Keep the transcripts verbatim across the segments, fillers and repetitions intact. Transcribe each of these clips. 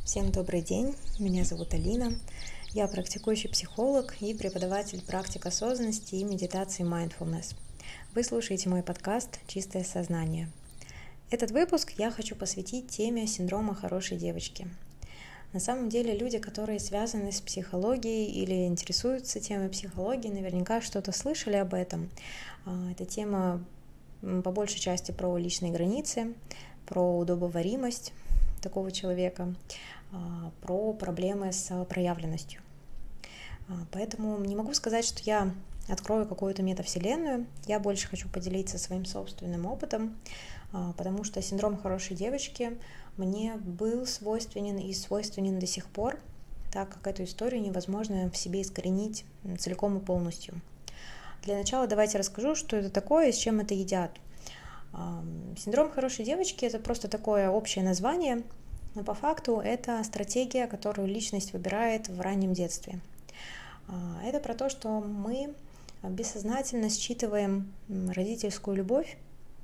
Всем добрый день, меня зовут Алина, я практикующий психолог и преподаватель практик осознанности и медитации Mindfulness. Вы слушаете мой подкаст «Чистое сознание». Этот выпуск я хочу посвятить теме синдрома хорошей девочки. На самом деле люди, которые связаны с психологией или интересуются темой психологии, наверняка что-то слышали об этом. Эта тема по большей части про личные границы, про удобоваримость такого человека, про проблемы с проявленностью. Поэтому не могу сказать, что я открою какую-то метавселенную, я больше хочу поделиться своим собственным опытом, потому что синдром хорошей девочки мне был свойственен и свойственен до сих пор, так как эту историю невозможно в себе искоренить целиком и полностью. Для начала давайте расскажу, что это такое и с чем это едят. Синдром хорошей девочки – это просто такое общее название, но по факту это стратегия, которую личность выбирает в раннем детстве. Это про то, что мы бессознательно считываем родительскую любовь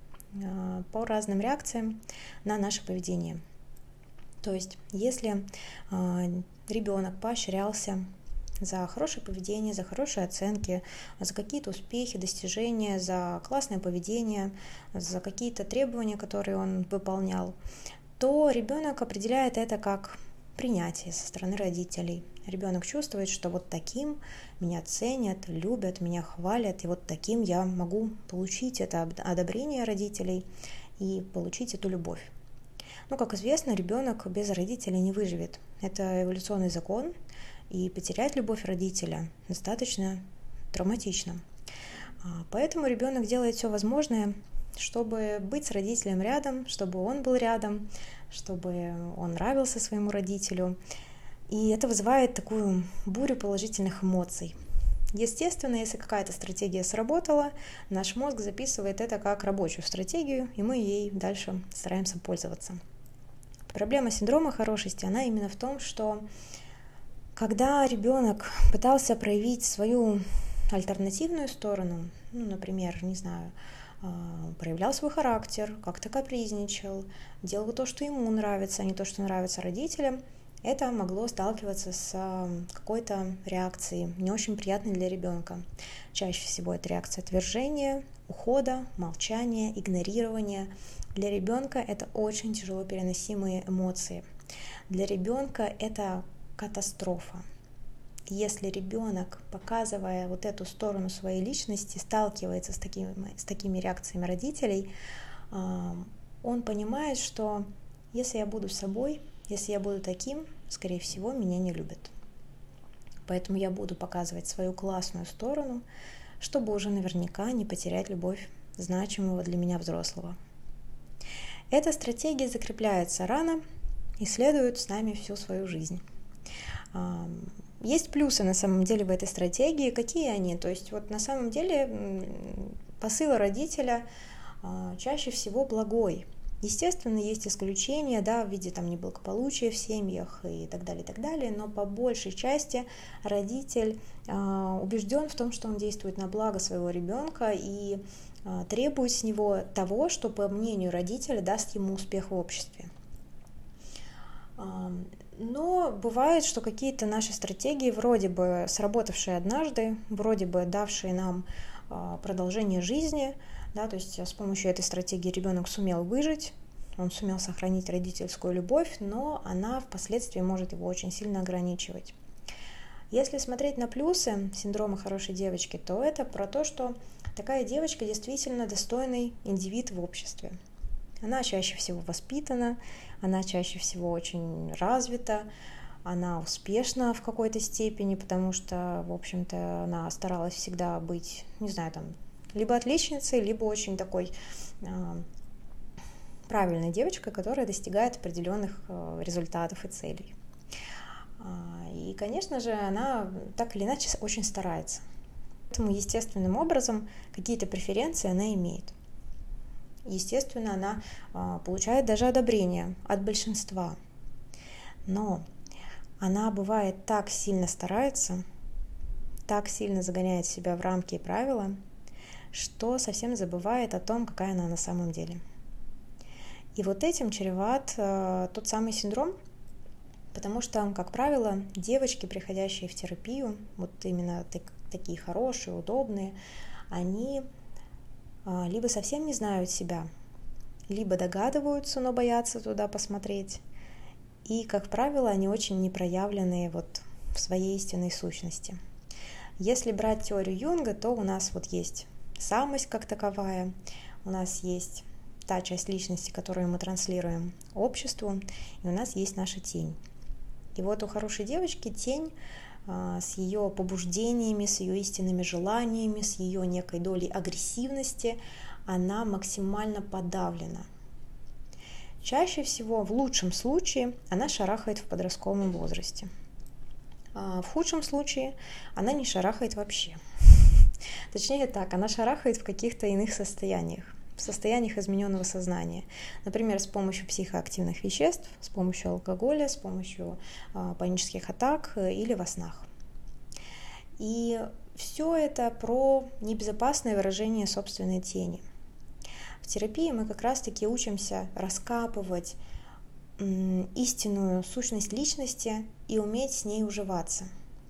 по разным реакциям на наше поведение. То есть, если ребенок поощрялся за хорошее поведение, за хорошие оценки, за какие-то успехи, достижения, за классное поведение, за какие-то требования, которые он выполнял, то ребенок определяет это как принятие со стороны родителей. Ребенок чувствует, что вот таким меня ценят, любят, меня хвалят, и вот таким я могу получить это одобрение родителей и получить эту любовь. Ну, как известно, ребенок без родителей не выживет. Это эволюционный закон, и потерять любовь родителя достаточно травматично. Поэтому ребенок делает все возможное, чтобы быть с родителем рядом, чтобы он был рядом, чтобы он нравился своему родителю. И это вызывает такую бурю положительных эмоций. Естественно, если какая-то стратегия сработала, наш мозг записывает это как рабочую стратегию, и мы ей дальше стараемся пользоваться. Проблема синдрома хорошести, она именно в том, что когда ребенок пытался проявить свою альтернативную сторону, ну, например, не знаю, проявлял свой характер, как-то капризничал, делал то, что ему нравится, а не то, что нравится родителям, это могло сталкиваться с какой-то реакцией, не очень приятной для ребенка. Чаще всего это реакция отвержения, ухода, молчания, игнорирования. Для ребенка это очень тяжело переносимые эмоции. Для ребенка это катастрофа. Если ребенок, показывая вот эту сторону своей личности, сталкивается с такими, с такими реакциями родителей, он понимает, что если я буду собой, если я буду таким, скорее всего, меня не любят. Поэтому я буду показывать свою классную сторону, чтобы уже наверняка не потерять любовь значимого для меня взрослого. Эта стратегия закрепляется рано и следует с нами всю свою жизнь. Есть плюсы на самом деле в этой стратегии. Какие они? То есть вот на самом деле посыл родителя чаще всего благой. Естественно, есть исключения, да, в виде там неблагополучия в семьях и так далее, и так далее, но по большей части родитель убежден в том, что он действует на благо своего ребенка и требует с него того, что, по мнению родителя, даст ему успех в обществе. Но бывает, что какие-то наши стратегии, вроде бы сработавшие однажды, вроде бы давшие нам продолжение жизни, да, то есть с помощью этой стратегии ребенок сумел выжить, он сумел сохранить родительскую любовь, но она впоследствии может его очень сильно ограничивать. Если смотреть на плюсы синдрома хорошей девочки, то это про то, что такая девочка действительно достойный индивид в обществе. Она чаще всего воспитана, она чаще всего очень развита, она успешна в какой-то степени, потому что, в общем-то, она старалась всегда быть, не знаю, там, либо отличницей, либо очень такой э, правильной девочкой, которая достигает определенных э, результатов и целей. И, конечно же, она так или иначе очень старается. Поэтому естественным образом какие-то преференции она имеет. Естественно, она а, получает даже одобрение от большинства. Но она бывает так сильно старается, так сильно загоняет себя в рамки и правила, что совсем забывает о том, какая она на самом деле. И вот этим чреват э, тот самый синдром, Потому что, как правило, девочки, приходящие в терапию, вот именно так, такие хорошие, удобные, они а, либо совсем не знают себя, либо догадываются, но боятся туда посмотреть. И, как правило, они очень непроявленные вот в своей истинной сущности. Если брать теорию Юнга, то у нас вот есть самость как таковая, у нас есть та часть личности, которую мы транслируем обществу, и у нас есть наша тень. И вот у хорошей девочки тень а, с ее побуждениями, с ее истинными желаниями, с ее некой долей агрессивности, она максимально подавлена. Чаще всего, в лучшем случае, она шарахает в подростковом возрасте. А в худшем случае она не шарахает вообще. Точнее так, она шарахает в каких-то иных состояниях, в состояниях измененного сознания. Например, с помощью психоактивных веществ, с помощью алкоголя, с помощью а, панических атак или во снах. И все это про небезопасное выражение собственной тени. В терапии мы как раз-таки учимся раскапывать м, истинную сущность личности и уметь с ней уживаться.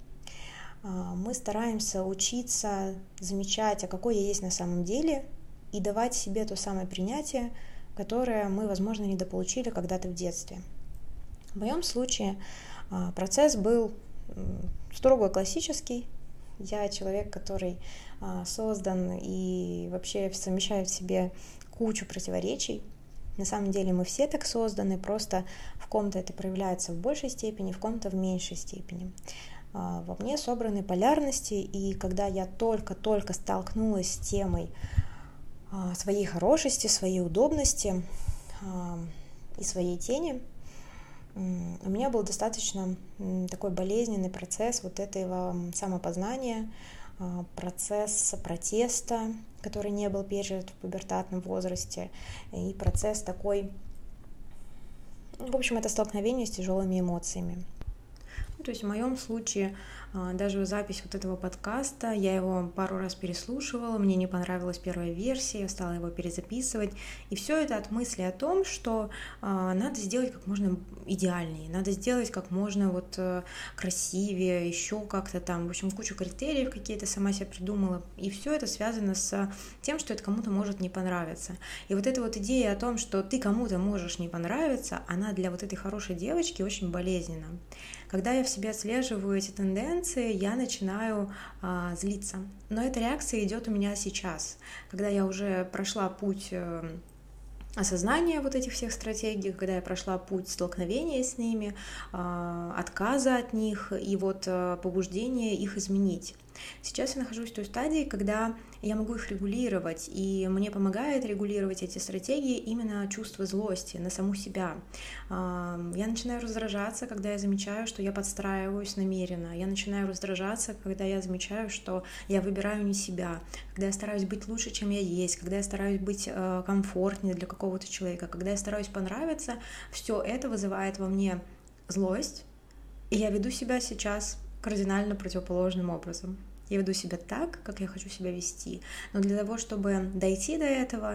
А, мы стараемся учиться замечать, а какой я есть на самом деле, и давать себе то самое принятие, которое мы, возможно, недополучили когда-то в детстве. В моем случае процесс был строго классический. Я человек, который создан и вообще совмещает в себе кучу противоречий. На самом деле мы все так созданы, просто в ком-то это проявляется в большей степени, в ком-то в меньшей степени. Во мне собраны полярности, и когда я только-только столкнулась с темой своей хорошести, своей удобности и своей тени, у меня был достаточно такой болезненный процесс вот этого самопознания, процесс протеста, который не был пережит в пубертатном возрасте, и процесс такой, в общем, это столкновение с тяжелыми эмоциями. То есть в моем случае даже запись вот этого подкаста, я его пару раз переслушивала, мне не понравилась первая версия, я стала его перезаписывать, и все это от мысли о том, что надо сделать как можно идеальнее, надо сделать как можно вот красивее, еще как-то там, в общем, кучу критериев какие-то сама себе придумала, и все это связано с тем, что это кому-то может не понравиться. И вот эта вот идея о том, что ты кому-то можешь не понравиться, она для вот этой хорошей девочки очень болезненна. Когда я в себе отслеживаю эти тенденции, я начинаю а, злиться. Но эта реакция идет у меня сейчас, когда я уже прошла путь э, осознания вот этих всех стратегий, когда я прошла путь столкновения с ними, э, отказа от них и вот э, побуждения их изменить. Сейчас я нахожусь в той стадии, когда я могу их регулировать, и мне помогает регулировать эти стратегии именно чувство злости на саму себя. Я начинаю раздражаться, когда я замечаю, что я подстраиваюсь намеренно. Я начинаю раздражаться, когда я замечаю, что я выбираю не себя, когда я стараюсь быть лучше, чем я есть, когда я стараюсь быть комфортнее для какого-то человека, когда я стараюсь понравиться. Все это вызывает во мне злость, и я веду себя сейчас кардинально противоположным образом. Я веду себя так, как я хочу себя вести. Но для того, чтобы дойти до этого,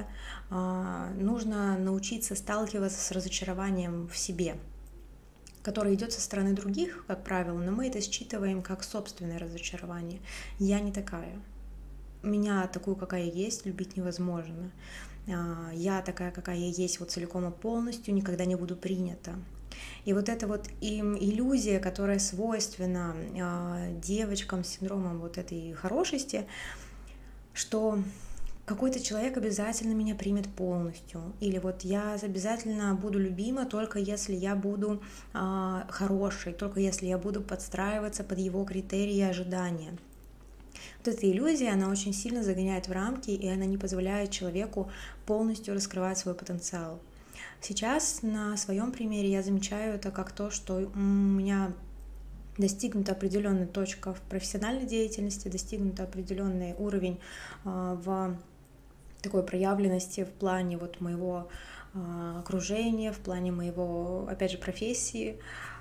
нужно научиться сталкиваться с разочарованием в себе, которое идет со стороны других, как правило, но мы это считываем как собственное разочарование. Я не такая. Меня такую, какая я есть, любить невозможно. Я такая, какая я есть, вот целиком и полностью, никогда не буду принята. И вот эта вот иллюзия, которая свойственна девочкам с синдромом вот этой хорошести, что какой-то человек обязательно меня примет полностью, или вот я обязательно буду любима только если я буду хорошей, только если я буду подстраиваться под его критерии и ожидания. Вот эта иллюзия, она очень сильно загоняет в рамки, и она не позволяет человеку полностью раскрывать свой потенциал. Сейчас на своем примере я замечаю это как то, что у меня достигнута определенная точка в профессиональной деятельности, достигнут определенный уровень в такой проявленности в плане вот моего окружения, в плане моего, опять же, профессии,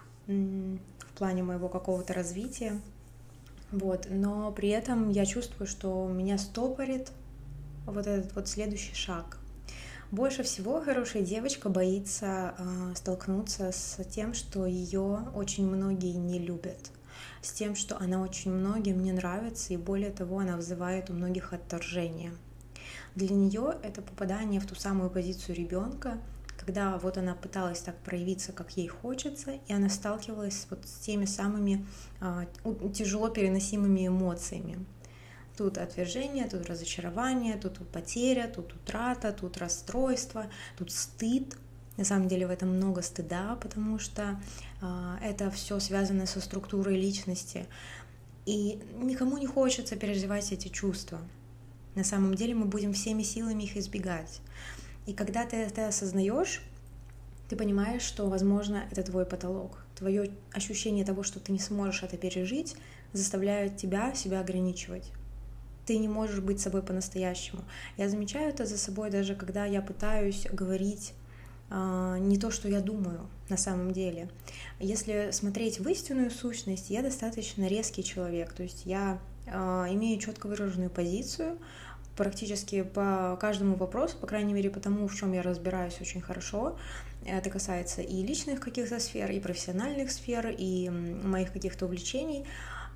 в плане моего какого-то развития. Вот. Но при этом я чувствую, что меня стопорит вот этот вот следующий шаг. Больше всего хорошая девочка боится э, столкнуться с тем, что ее очень многие не любят, с тем, что она очень многим не нравится, и более того, она вызывает у многих отторжение. Для нее это попадание в ту самую позицию ребенка, когда вот она пыталась так проявиться, как ей хочется, и она сталкивалась вот с теми самыми э, тяжело переносимыми эмоциями. Тут отвержение, тут разочарование, тут потеря, тут утрата, тут расстройство, тут стыд. На самом деле в этом много стыда, потому что э, это все связано со структурой личности. И никому не хочется переживать эти чувства. На самом деле мы будем всеми силами их избегать. И когда ты это осознаешь, ты понимаешь, что, возможно, это твой потолок. Твое ощущение того, что ты не сможешь это пережить, заставляет тебя себя ограничивать. Ты не можешь быть собой по-настоящему. Я замечаю это за собой даже, когда я пытаюсь говорить э, не то, что я думаю на самом деле. Если смотреть в истинную сущность, я достаточно резкий человек. То есть я э, имею четко выраженную позицию практически по каждому вопросу, по крайней мере, по тому, в чем я разбираюсь очень хорошо. Это касается и личных каких-то сфер, и профессиональных сфер, и моих каких-то увлечений.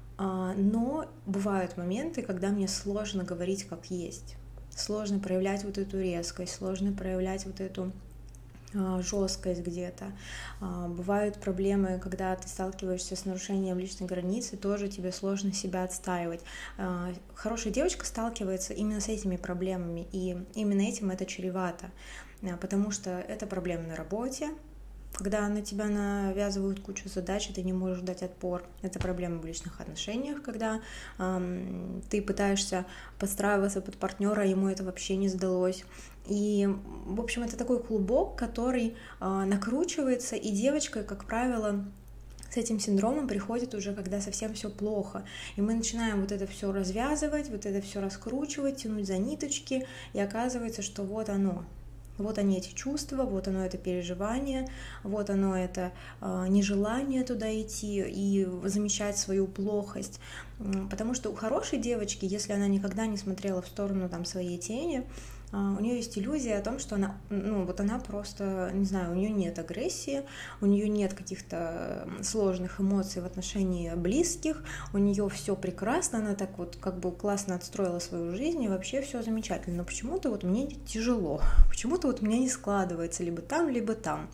Но бывают моменты, когда мне сложно говорить как есть, сложно проявлять вот эту резкость, сложно проявлять вот эту жесткость где-то. Бывают проблемы, когда ты сталкиваешься с нарушением личной границы, тоже тебе сложно себя отстаивать. Хорошая девочка сталкивается именно с этими проблемами, и именно этим это чревато, потому что это проблемы на работе, когда на тебя навязывают кучу задач, и ты не можешь дать отпор. Это проблема в личных отношениях, когда эм, ты пытаешься подстраиваться под партнера, ему это вообще не сдалось. И, в общем, это такой клубок, который э, накручивается, и девочка, как правило, с этим синдромом приходит уже, когда совсем все плохо. И мы начинаем вот это все развязывать, вот это все раскручивать, тянуть за ниточки, и оказывается, что вот оно. Вот они эти чувства, вот оно это переживание, вот оно это э, нежелание туда идти и замечать свою плохость. Потому что у хорошей девочки, если она никогда не смотрела в сторону там, своей тени, э, у нее есть иллюзия о том, что она, ну, вот она просто, не знаю, у нее нет агрессии, у нее нет каких-то сложных эмоций в отношении близких, у нее все прекрасно, она так вот как бы классно отстроила свою жизнь, и вообще все замечательно. Но почему-то вот мне тяжело, почему-то вот у меня не складывается либо там, либо там.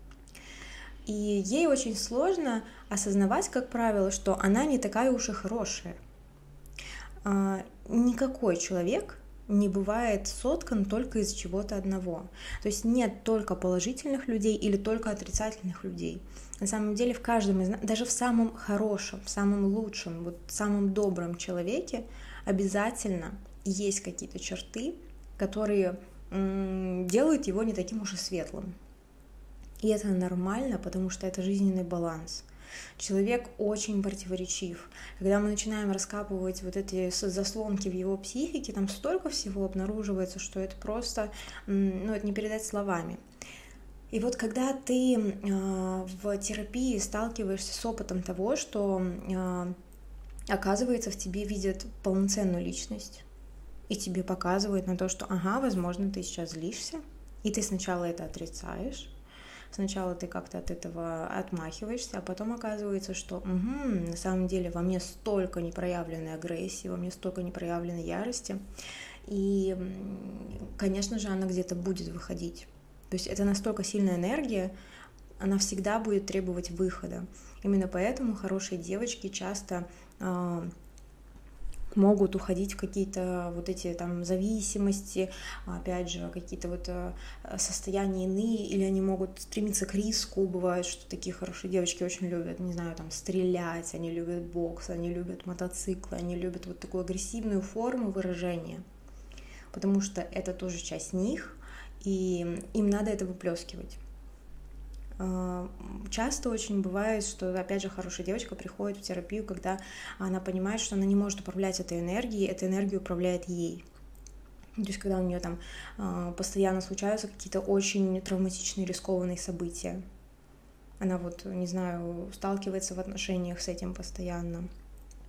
И ей очень сложно осознавать, как правило, что она не такая уж и хорошая. Никакой человек не бывает соткан только из чего-то одного. То есть нет только положительных людей или только отрицательных людей. На самом деле в каждом из нас, даже в самом хорошем, в самом лучшем, вот в самом добром человеке обязательно есть какие-то черты, которые м- делают его не таким уж и светлым. И это нормально, потому что это жизненный баланс. Человек очень противоречив. Когда мы начинаем раскапывать вот эти заслонки в его психике, там столько всего обнаруживается, что это просто, ну, это не передать словами. И вот когда ты э, в терапии сталкиваешься с опытом того, что э, оказывается в тебе видят полноценную личность, и тебе показывают на то, что ага, возможно, ты сейчас злишься, и ты сначала это отрицаешь, сначала ты как-то от этого отмахиваешься, а потом оказывается, что угу, на самом деле во мне столько непроявленной агрессии, во мне столько непроявленной ярости, и, конечно же, она где-то будет выходить. То есть это настолько сильная энергия, она всегда будет требовать выхода. Именно поэтому хорошие девочки часто э, могут уходить в какие-то вот эти там зависимости, опять же, какие-то вот состояния иные, или они могут стремиться к риску. Бывает, что такие хорошие девочки очень любят, не знаю, там стрелять, они любят бокс, они любят мотоциклы, они любят вот такую агрессивную форму выражения, потому что это тоже часть них, и им надо это выплескивать. Часто очень бывает, что, опять же, хорошая девочка приходит в терапию, когда она понимает, что она не может управлять этой энергией, эта энергия управляет ей. То есть, когда у нее там постоянно случаются какие-то очень травматичные, рискованные события. Она вот, не знаю, сталкивается в отношениях с этим постоянно.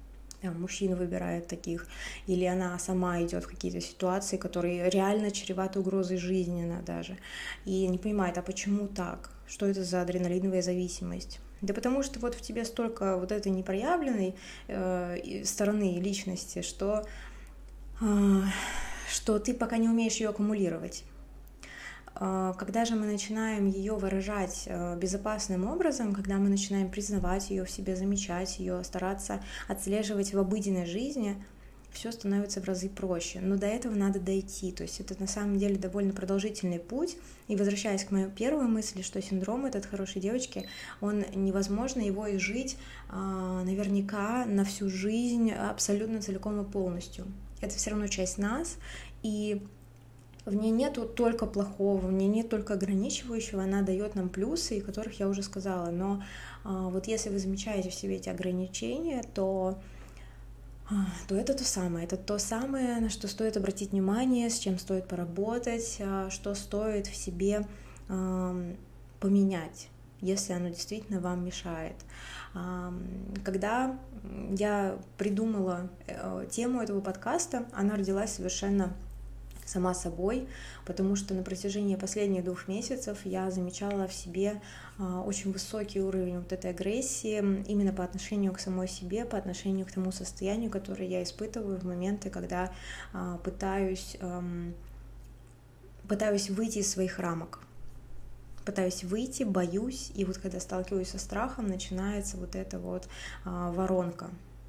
мужчина выбирает таких, или она сама идет в какие-то ситуации, которые реально чреваты угрозой жизненно даже, и не понимает, а почему так, что это за адреналиновая зависимость. Да потому что вот в тебе столько вот этой непроявленной э, стороны личности, что, э, что ты пока не умеешь ее аккумулировать. Когда же мы начинаем ее выражать безопасным образом, когда мы начинаем признавать ее в себе, замечать ее, стараться отслеживать в обыденной жизни, все становится в разы проще. Но до этого надо дойти. То есть это на самом деле довольно продолжительный путь. И возвращаясь к моей первой мысли, что синдром этот хорошей девочки, он невозможно его изжить наверняка на всю жизнь абсолютно целиком и полностью. Это все равно часть нас, и в ней нету только плохого, в ней нет только ограничивающего, она дает нам плюсы, о которых я уже сказала. Но а, вот если вы замечаете в себе эти ограничения, то, а, то это то самое. Это то самое, на что стоит обратить внимание, с чем стоит поработать, а, что стоит в себе а, поменять, если оно действительно вам мешает. А, когда я придумала э, тему этого подкаста, она родилась совершенно сама собой, потому что на протяжении последних двух месяцев я замечала в себе очень высокий уровень вот этой агрессии именно по отношению к самой себе, по отношению к тому состоянию, которое я испытываю в моменты, когда пытаюсь, пытаюсь выйти из своих рамок. Пытаюсь выйти, боюсь, и вот когда сталкиваюсь со страхом, начинается вот эта вот воронка.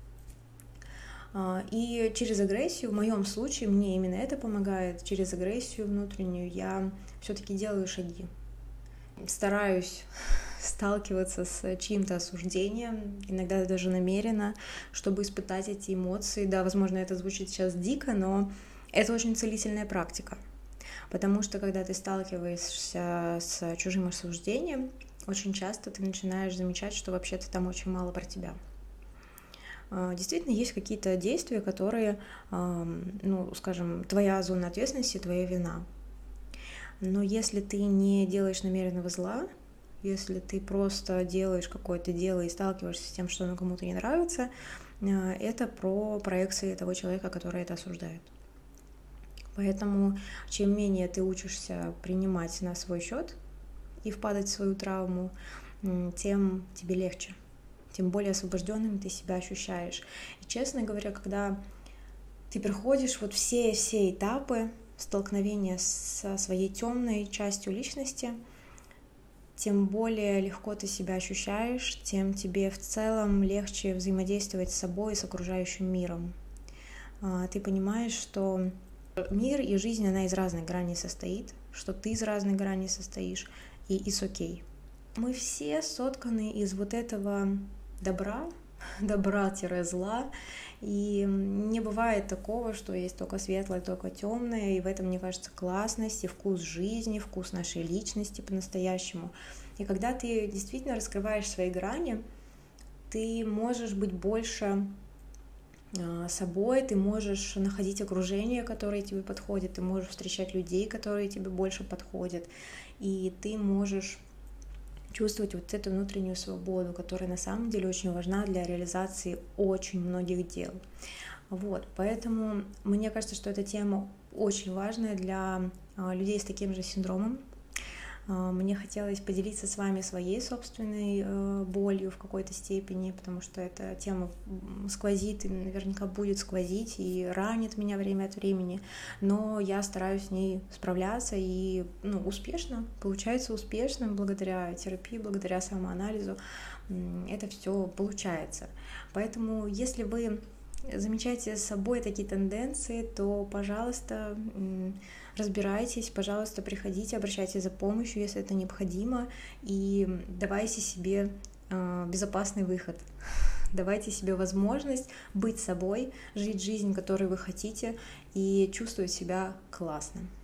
И через агрессию, в моем случае, мне именно это помогает, через агрессию внутреннюю я все-таки делаю шаги. Стараюсь сталкиваться с чьим-то осуждением, иногда даже намеренно, чтобы испытать эти эмоции. Да, возможно, это звучит сейчас дико, но это очень целительная практика. Потому что, когда ты сталкиваешься с чужим осуждением, очень часто ты начинаешь замечать, что вообще-то там очень мало про тебя. Действительно, есть какие-то действия, которые, ну, скажем, твоя зона ответственности, твоя вина. Но если ты не делаешь намеренного зла, если ты просто делаешь какое-то дело и сталкиваешься с тем, что оно кому-то не нравится, это про проекции того человека, который это осуждает. Поэтому чем менее ты учишься принимать на свой счет и впадать в свою травму, тем тебе легче. Тем более освобожденным ты себя ощущаешь. И, честно говоря, когда ты проходишь вот все-все этапы столкновения со своей темной частью личности, тем более легко ты себя ощущаешь, тем тебе в целом легче взаимодействовать с собой и с окружающим миром. Ты понимаешь, что мир и жизнь, она из разных граней состоит, что ты из разных граней состоишь, и it's окей. Мы все сотканы из вот этого добра, добра-зла, и не бывает такого, что есть только светлое, только темное, и в этом, мне кажется, классность и вкус жизни, вкус нашей личности по-настоящему. И когда ты действительно раскрываешь свои грани, ты можешь быть больше собой, ты можешь находить окружение, которое тебе подходит, ты можешь встречать людей, которые тебе больше подходят, и ты можешь чувствовать вот эту внутреннюю свободу, которая на самом деле очень важна для реализации очень многих дел. Вот, поэтому мне кажется, что эта тема очень важная для людей с таким же синдромом. Мне хотелось поделиться с вами своей собственной болью в какой-то степени, потому что эта тема сквозит и наверняка будет сквозить и ранит меня время от времени, но я стараюсь с ней справляться и ну, успешно, получается успешно, благодаря терапии, благодаря самоанализу это все получается. Поэтому если вы замечаете с собой такие тенденции, то, пожалуйста, разбирайтесь, пожалуйста, приходите, обращайтесь за помощью, если это необходимо, и давайте себе безопасный выход. Давайте себе возможность быть собой, жить жизнь, которую вы хотите, и чувствовать себя классно.